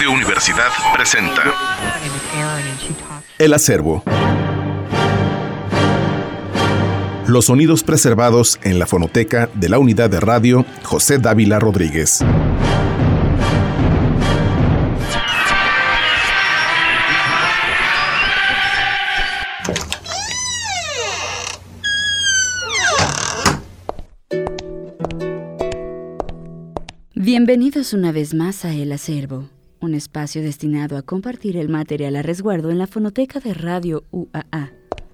Radio Universidad presenta El acervo. Los sonidos preservados en la fonoteca de la Unidad de Radio José Dávila Rodríguez. Bienvenidos una vez más a El Acervo, un espacio destinado a compartir el material a resguardo en la fonoteca de Radio UAA.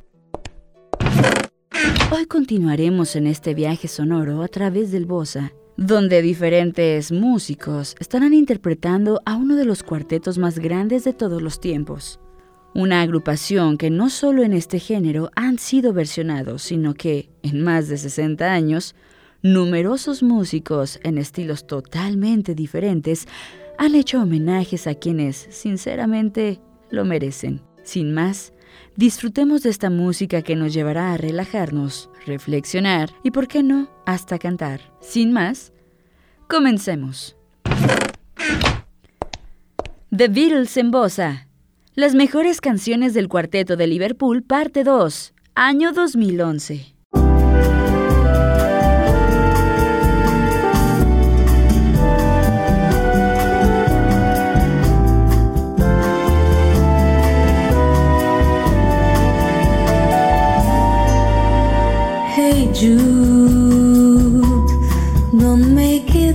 Hoy continuaremos en este viaje sonoro a través del Bossa, donde diferentes músicos estarán interpretando a uno de los cuartetos más grandes de todos los tiempos. Una agrupación que no solo en este género han sido versionados, sino que, en más de 60 años, numerosos músicos en estilos totalmente diferentes han hecho homenajes a quienes, sinceramente, lo merecen. Sin más, disfrutemos de esta música que nos llevará a relajarnos, reflexionar y, por qué no, hasta cantar. Sin más, comencemos. The Beatles en Bossa. Las mejores canciones del Cuarteto de Liverpool, parte 2, año 2011. Jude, don't make it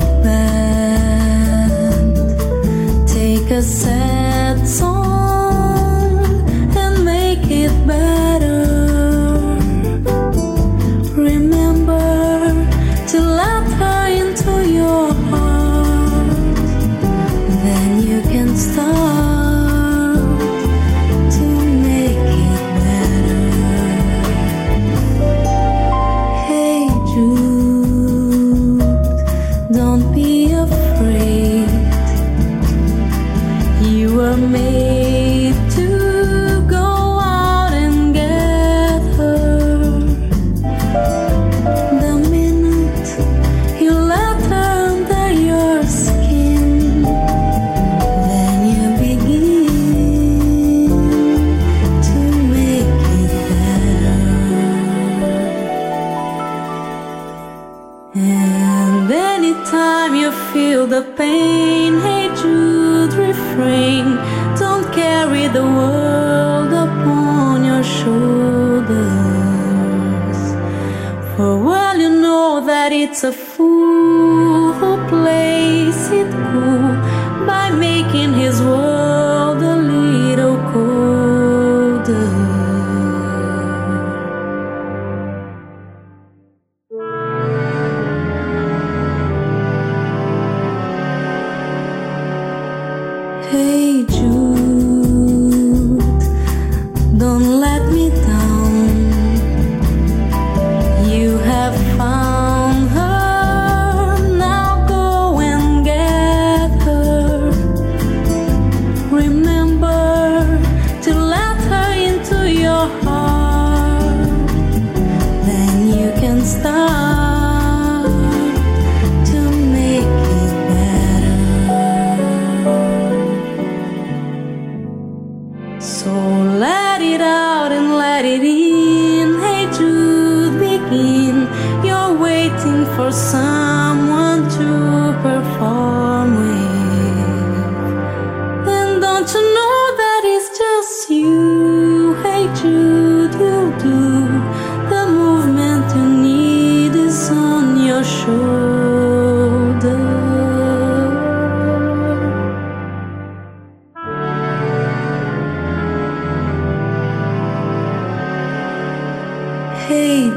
bad. Take a sad song and make it better. Remember to let her into your heart. Then you can start to make it better. Don't be afraid. You were made to go out and get her. The minute you let her under your skin, then you begin to make it better. And anytime you feel the pain, hey Jude, refrain. Don't carry the world upon your shoulders. For well you know that it's a fool who plays it cool by making his world a little colder. Hey Jude, don't let me down. You have found her, now go and get her. Remember to let her into your heart. Then you can start to make it better. So let it out and let it in. Hey Jude, begin. You're waiting for someone to perform with. And don't you know that it's just you? Hey Jude, you'll do. The movement you need is on your shoulder. Hey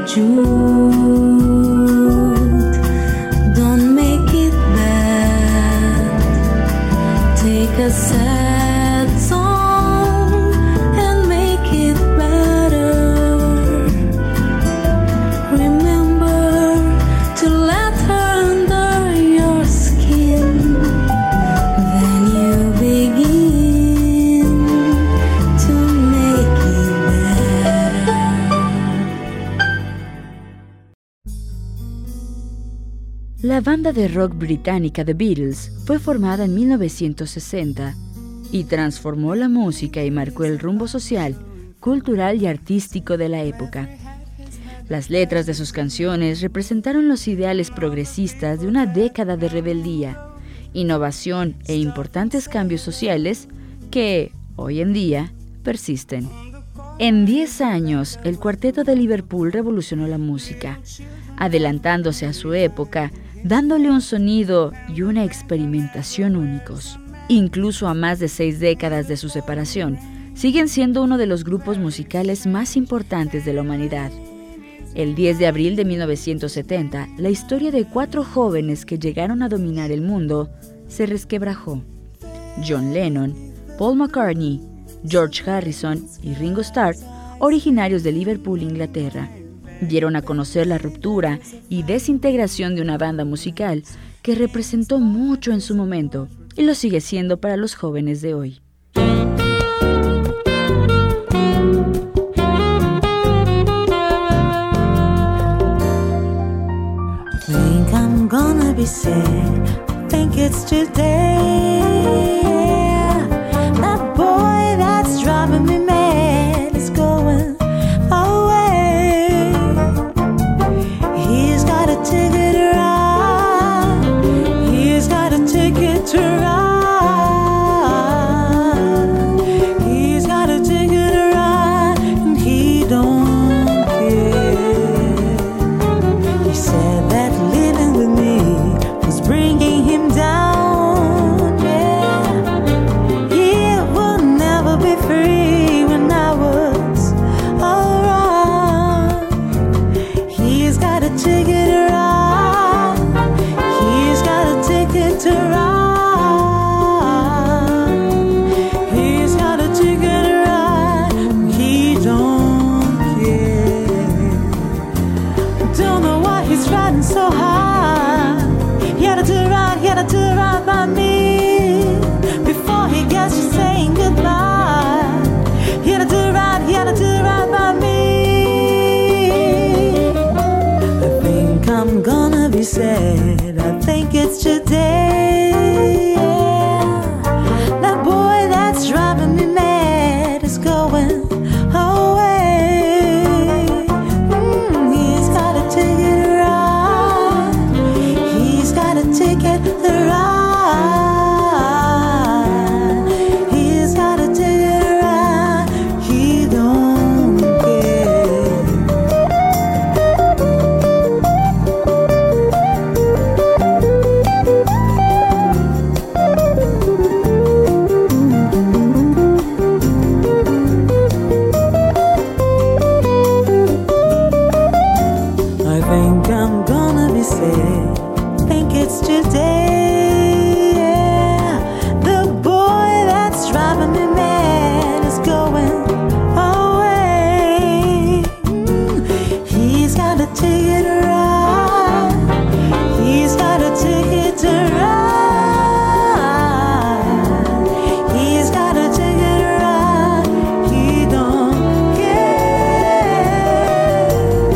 Jude, don't make it bad. Take a sad song and make it better. Remember to let her under your skin. Then you begin to make it better. La banda de rock británica The Beatles fue formada en 1960 y transformó la música y marcó el rumbo social, cultural y artístico de la época. Las letras de sus canciones representaron los ideales progresistas de una década de rebeldía, innovación e importantes cambios sociales que, hoy en día, persisten. En 10 años, el Cuarteto de Liverpool revolucionó la música, adelantándose a su época, dándole un sonido y una experimentación únicos. Incluso a más de 6 décadas de su separación, siguen siendo uno de los grupos musicales más importantes de la humanidad. El 10 de abril de 1970, la historia de 4 jóvenes que llegaron a dominar el mundo se resquebrajó. John Lennon, Paul McCartney, George Harrison y Ringo Starr, originarios de Liverpool, Inglaterra, dieron a conocer la ruptura y desintegración de una banda musical que representó mucho en su momento y lo sigue siendo para los jóvenes de hoy. Think I'm gonna be sad, think it's today. That boy that's driving me mad is going away. He's got a ticket to ride, he's got a ticket to ride, he's got a ticket to ride, and he don't care. He said that living with me was bringing him down, yeah. He would never be free when I was around. He's got a ticket to ride, he's got a ticket to ride, he's got a ticket to ride, he don't care. Don't know why he's riding so high. He had to ride by me before he gets to saying goodbye. He had to ride by me. I think I'm gonna be sad, I think it's today, yeah. That boy that's driving me mad is going away. He's got a ticket to ride, he's got a ticket to ride, he's got a ticket to ride, he don't care. I think I'm gonna be sad, think it's today, yeah. The boy that's driving me mad is going away. He's got a ticket to ride, he's got a ticket to ride, he's got a ticket to ride, he don't care.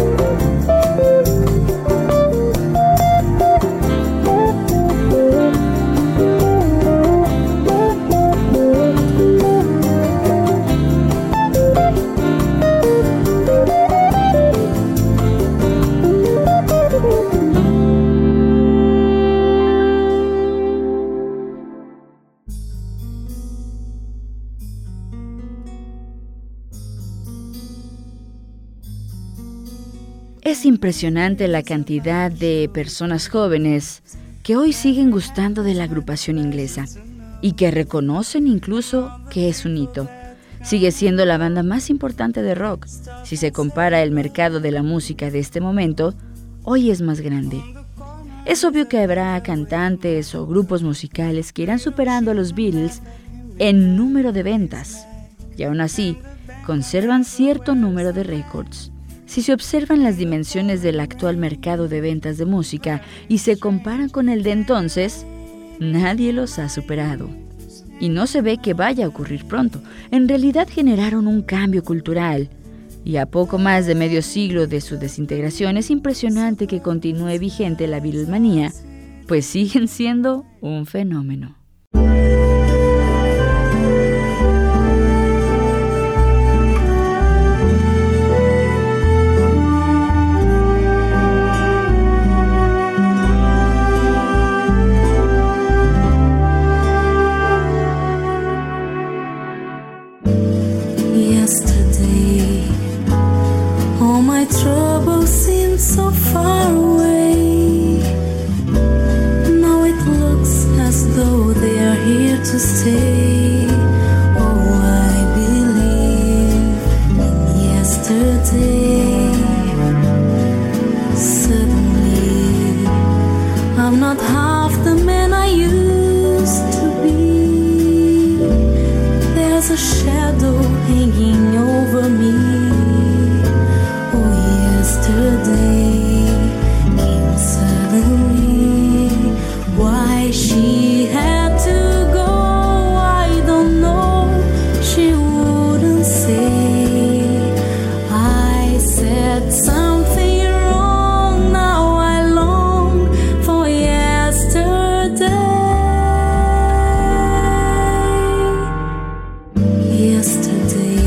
Es impresionante la cantidad de personas jóvenes que hoy siguen gustando de la agrupación inglesa y que reconocen incluso que es un hito. Sigue siendo la banda más importante de rock. Si se compara el mercado de la música de este momento, hoy es más grande. Es obvio que habrá cantantes o grupos musicales que irán superando a los Beatles en número de ventas, y aún así conservan cierto número de récords. Si se observan las dimensiones del actual mercado de ventas de música y se comparan con el de entonces, nadie los ha superado. Y no se ve que vaya a ocurrir pronto. En realidad generaron un cambio cultural. Y a poco más de medio siglo de su desintegración es impresionante que continúe vigente la Beatlemanía, pues siguen siendo un fenómeno. a shadow hanging over me. Oh, yesterday came suddenly. Why she had to go, I don't know. She wouldn't say. I said something wrong, now I long for yesterday. Yesterday,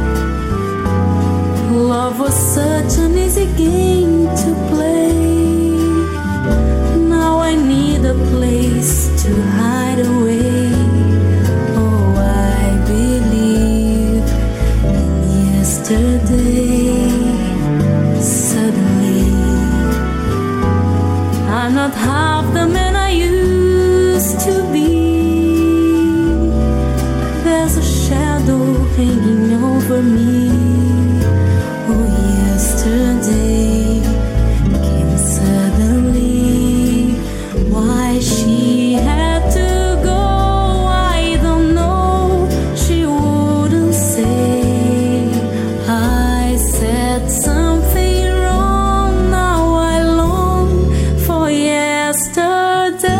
love was such an easy game to play. Now I need a place to hide away. Oh, I believe in yesterday. Suddenly, I'm not half the man I used to be. There's a shadow hanging over me. Oh, yesterday came suddenly. Why she had to go, I don't know. She wouldn't say. I said something wrong, now I long for yesterday.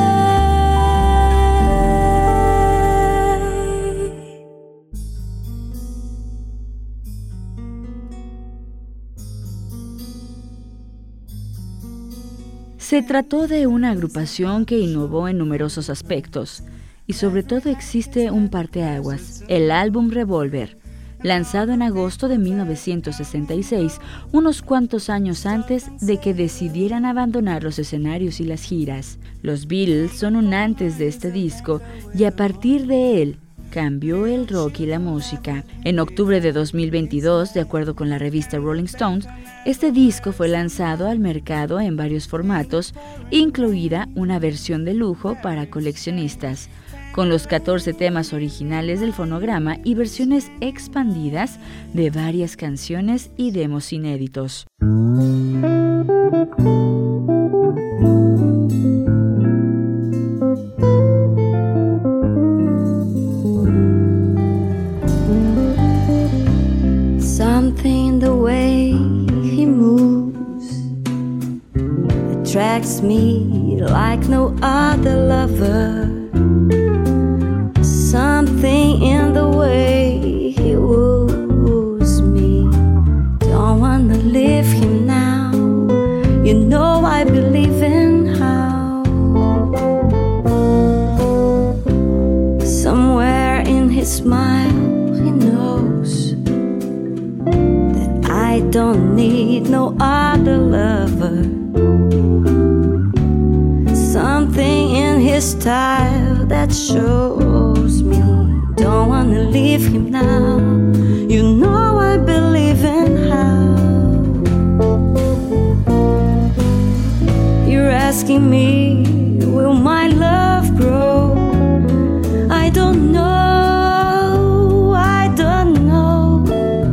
Se trató de una agrupación que innovó en numerosos aspectos y sobre todo existe un parteaguas, el álbum Revolver, lanzado en agosto de 1966, unos cuantos años antes de que decidieran abandonar los escenarios y las giras. Los Beatles son un antes de este disco y a partir de él cambió el rock y la música. En octubre de 2022, de acuerdo con la revista Rolling Stones, este disco fue lanzado al mercado en varios formatos, incluida una versión de lujo para coleccionistas, con los 14 temas originales del fonograma y versiones expandidas de varias canciones y demos inéditos. Something the way he moves attracts me like no other lover. Something in the way he woos me. Don't wanna leave him now. You know I believe in how. Somewhere in his smile he knows that I don't need no other lover. Something in his style that shows me don't wanna leave him now. You know I believe in how. You're asking me, will my love grow? I don't know, I don't know.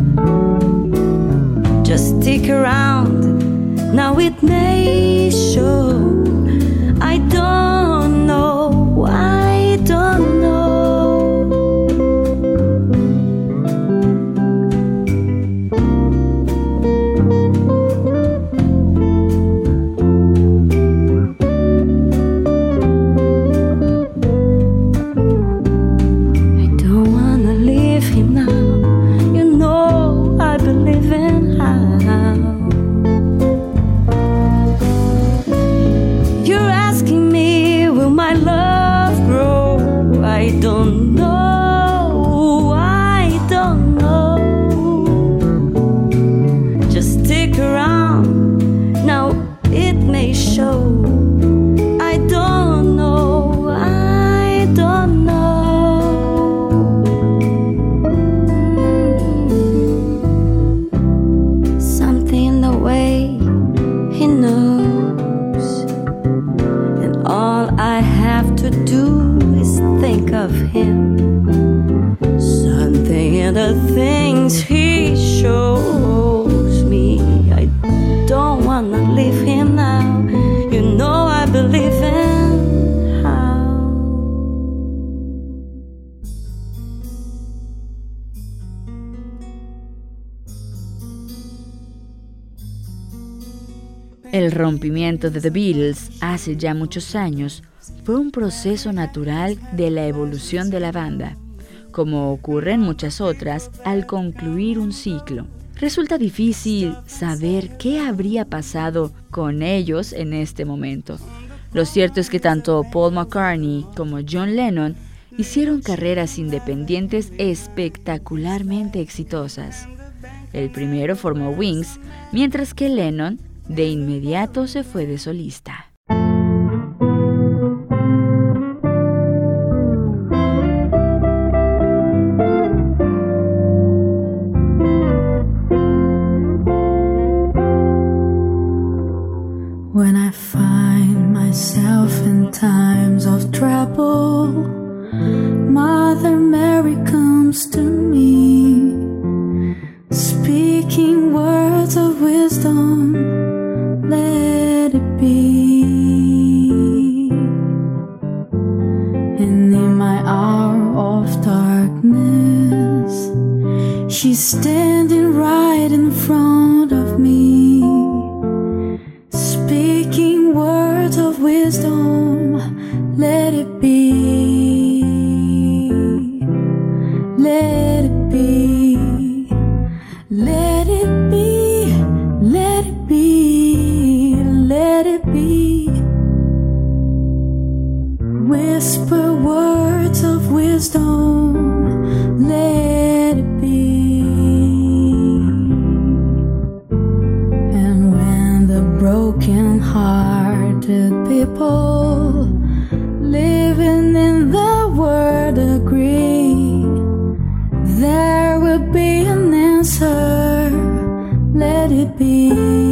Just stick around, now it may show. I don't know, I don't know. I don't wanna leave him now. You know I believe in how. You're asking me, will my love grow? I don't know, I don't know. Just stick around, now it may show. I don't know, I don't know. Something the way he knows, and all I have to do is think of him. Something in the things he shows me. I don't wanna leave him now. You know I believe in how. El rompimiento de The Beatles hace ya muchos años fue un proceso natural de la evolución de la banda, como ocurre en muchas otras al concluir un ciclo. Resulta difícil saber qué habría pasado con ellos en este momento. Lo cierto es que tanto Paul McCartney como John Lennon hicieron carreras independientes espectacularmente exitosas. El primero formó Wings, mientras que Lennon de inmediato se fue de solista. When I find myself in times of trouble, Mother Mary comes to me, speaking words of wisdom, let it be. And in my hour of darkness, she's standing right in front of me, speaking words of wisdom, let it be, let it be, let it be, let it be, let it be. Whisper words of wisdom, let it be. And when the broken-hearted people living in the world agree, there will be an answer, let it be.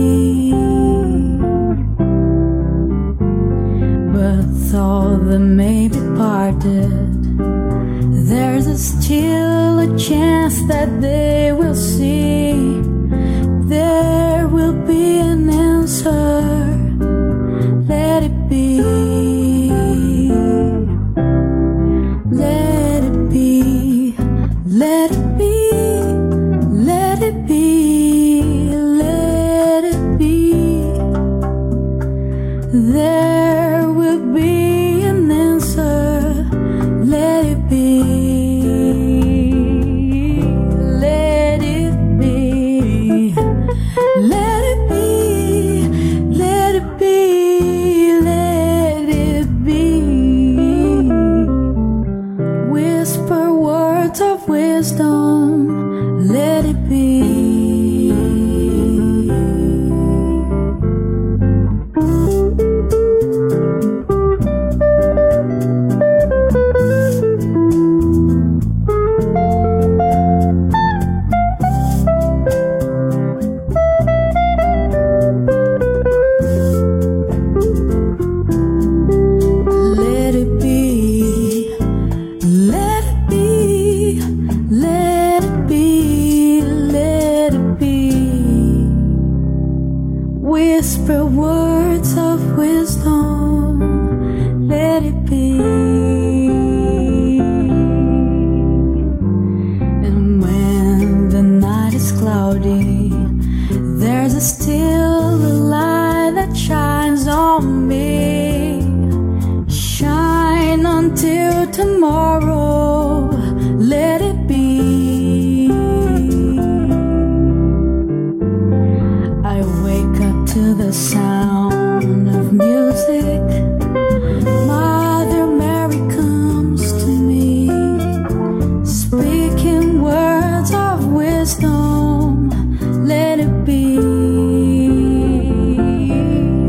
But though they may be parted, there's still a chance that they will see, there will be an answer, let it be, let it be, let it be, let it be, let it be. There will be an answer, let it be, let it be, let it be, let it be, let it be. Whisper words of wisdom, let it be. Let it be, let it be, let it be, let it be. Whisper words of wisdom, let it be. And when the night is cloudy, there's still a light that shines on me. Shine until tomorrow, let it be. I wake up to the sound of music. Mother Mary comes to me, speaking words of wisdom, let it be,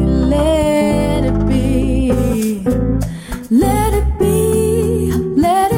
let it be, let it be, let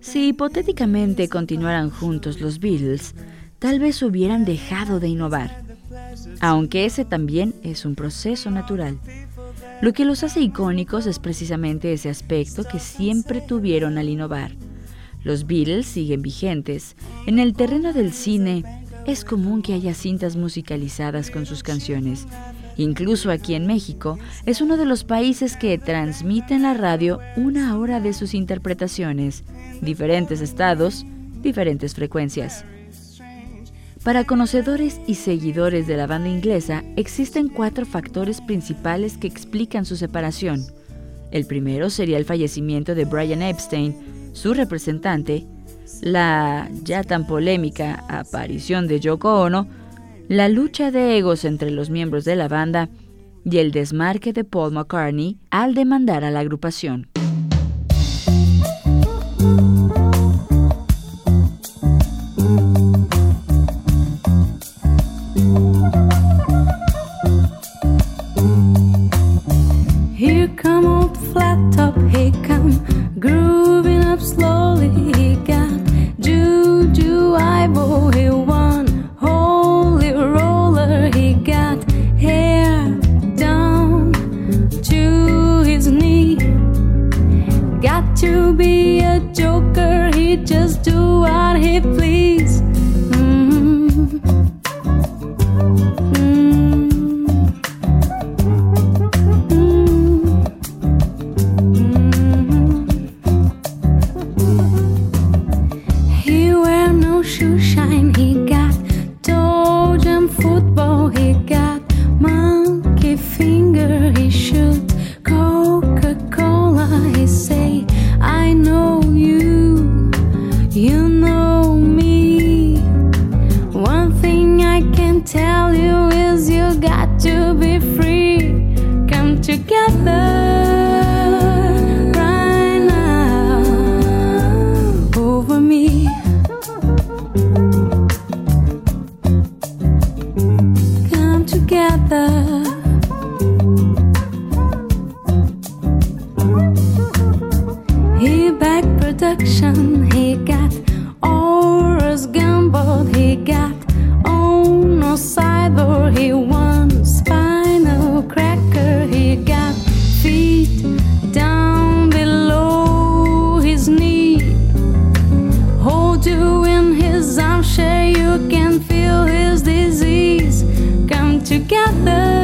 Si hipotéticamente continuaran juntos los Beatles, tal vez hubieran dejado de innovar, aunque ese también es un proceso natural. Lo que los hace icónicos es precisamente ese aspecto que siempre tuvieron al innovar. Los Beatles siguen vigentes. En el terreno del cine, es común que haya cintas musicalizadas con sus canciones. Incluso aquí en México, es uno de los países que transmite en la radio 1 hora de sus interpretaciones. Diferentes estados, diferentes frecuencias. Para conocedores y seguidores de la banda inglesa, existen 4 factores principales que explican su separación. El primero sería el fallecimiento de Brian Epstein, su representante, la ya tan polémica aparición de Yoko Ono, la lucha de egos entre los miembros de la banda y el desmarque de Paul McCartney al demandar a la agrupación. Here come old flat top, he come grooving up slowly. He got juju eyeball, he one holy roller. He got hair down to his knee. Got to be a joker, he just do what he please. He got auras gambled, he got on no cyber, he won spinal cracker, he got feet down below his knee. Hold you in his armchair, you can feel his disease come together.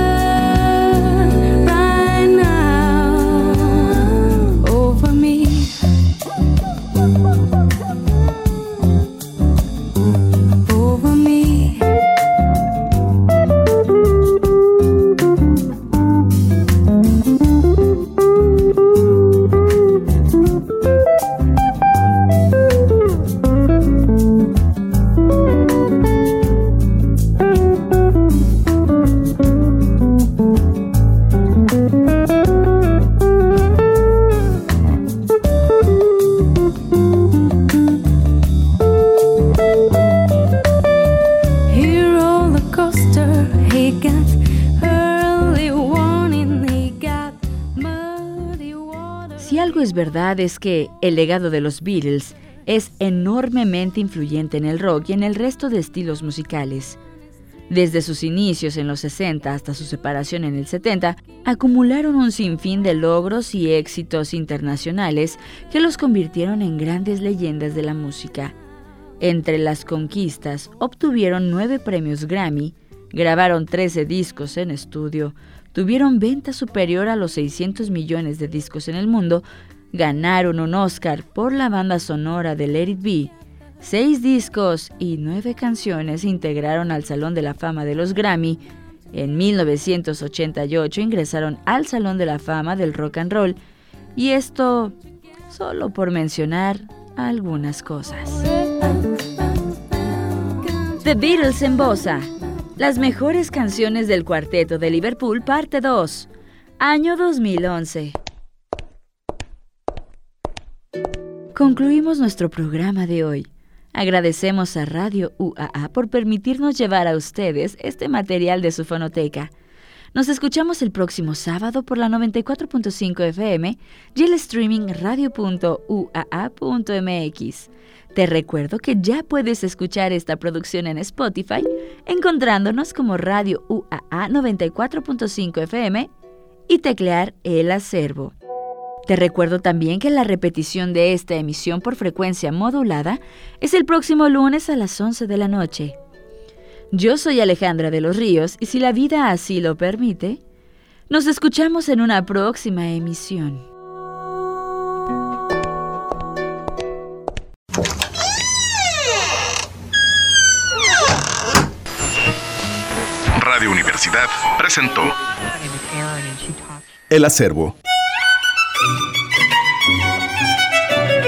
Si algo es verdad es que el legado de los Beatles es enormemente influyente en el rock y en el resto de estilos musicales. Desde sus inicios en los 60 hasta su separación en el 70, acumularon un sinfín de logros y éxitos internacionales que los convirtieron en grandes leyendas de la música. Entre las conquistas, obtuvieron 9 premios Grammy, grabaron 13 discos en estudio, tuvieron venta superior a los 600 millones de discos en el mundo, ganaron un Oscar por la banda sonora de Let It Be, 6 discos y 9 canciones se integraron al Salón de la Fama de los Grammy. En 1988 ingresaron al Salón de la Fama del Rock and Roll, y esto solo por mencionar algunas cosas. The Beatles en Bossa. Las mejores canciones del Cuarteto de Liverpool, parte 2, año 2011. Concluimos nuestro programa de hoy. Agradecemos a Radio UAA por permitirnos llevar a ustedes este material de su fonoteca. Nos escuchamos el próximo sábado por la 94.5 FM y el streaming radio.uaa.mx. Te recuerdo que ya puedes escuchar esta producción en Spotify, encontrándonos como Radio UAA 94.5 FM y teclear El Acervo. Te recuerdo también que la repetición de esta emisión por frecuencia modulada es el próximo lunes a las 11 de la noche. Yo soy Alejandra de los Ríos y si la vida así lo permite, nos escuchamos en una próxima emisión. Radio Universidad presentó El Acervo.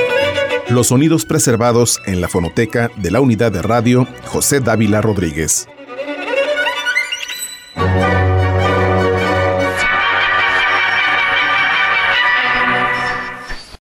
Los sonidos preservados en la fonoteca de la Unidad de Radio José Dávila Rodríguez.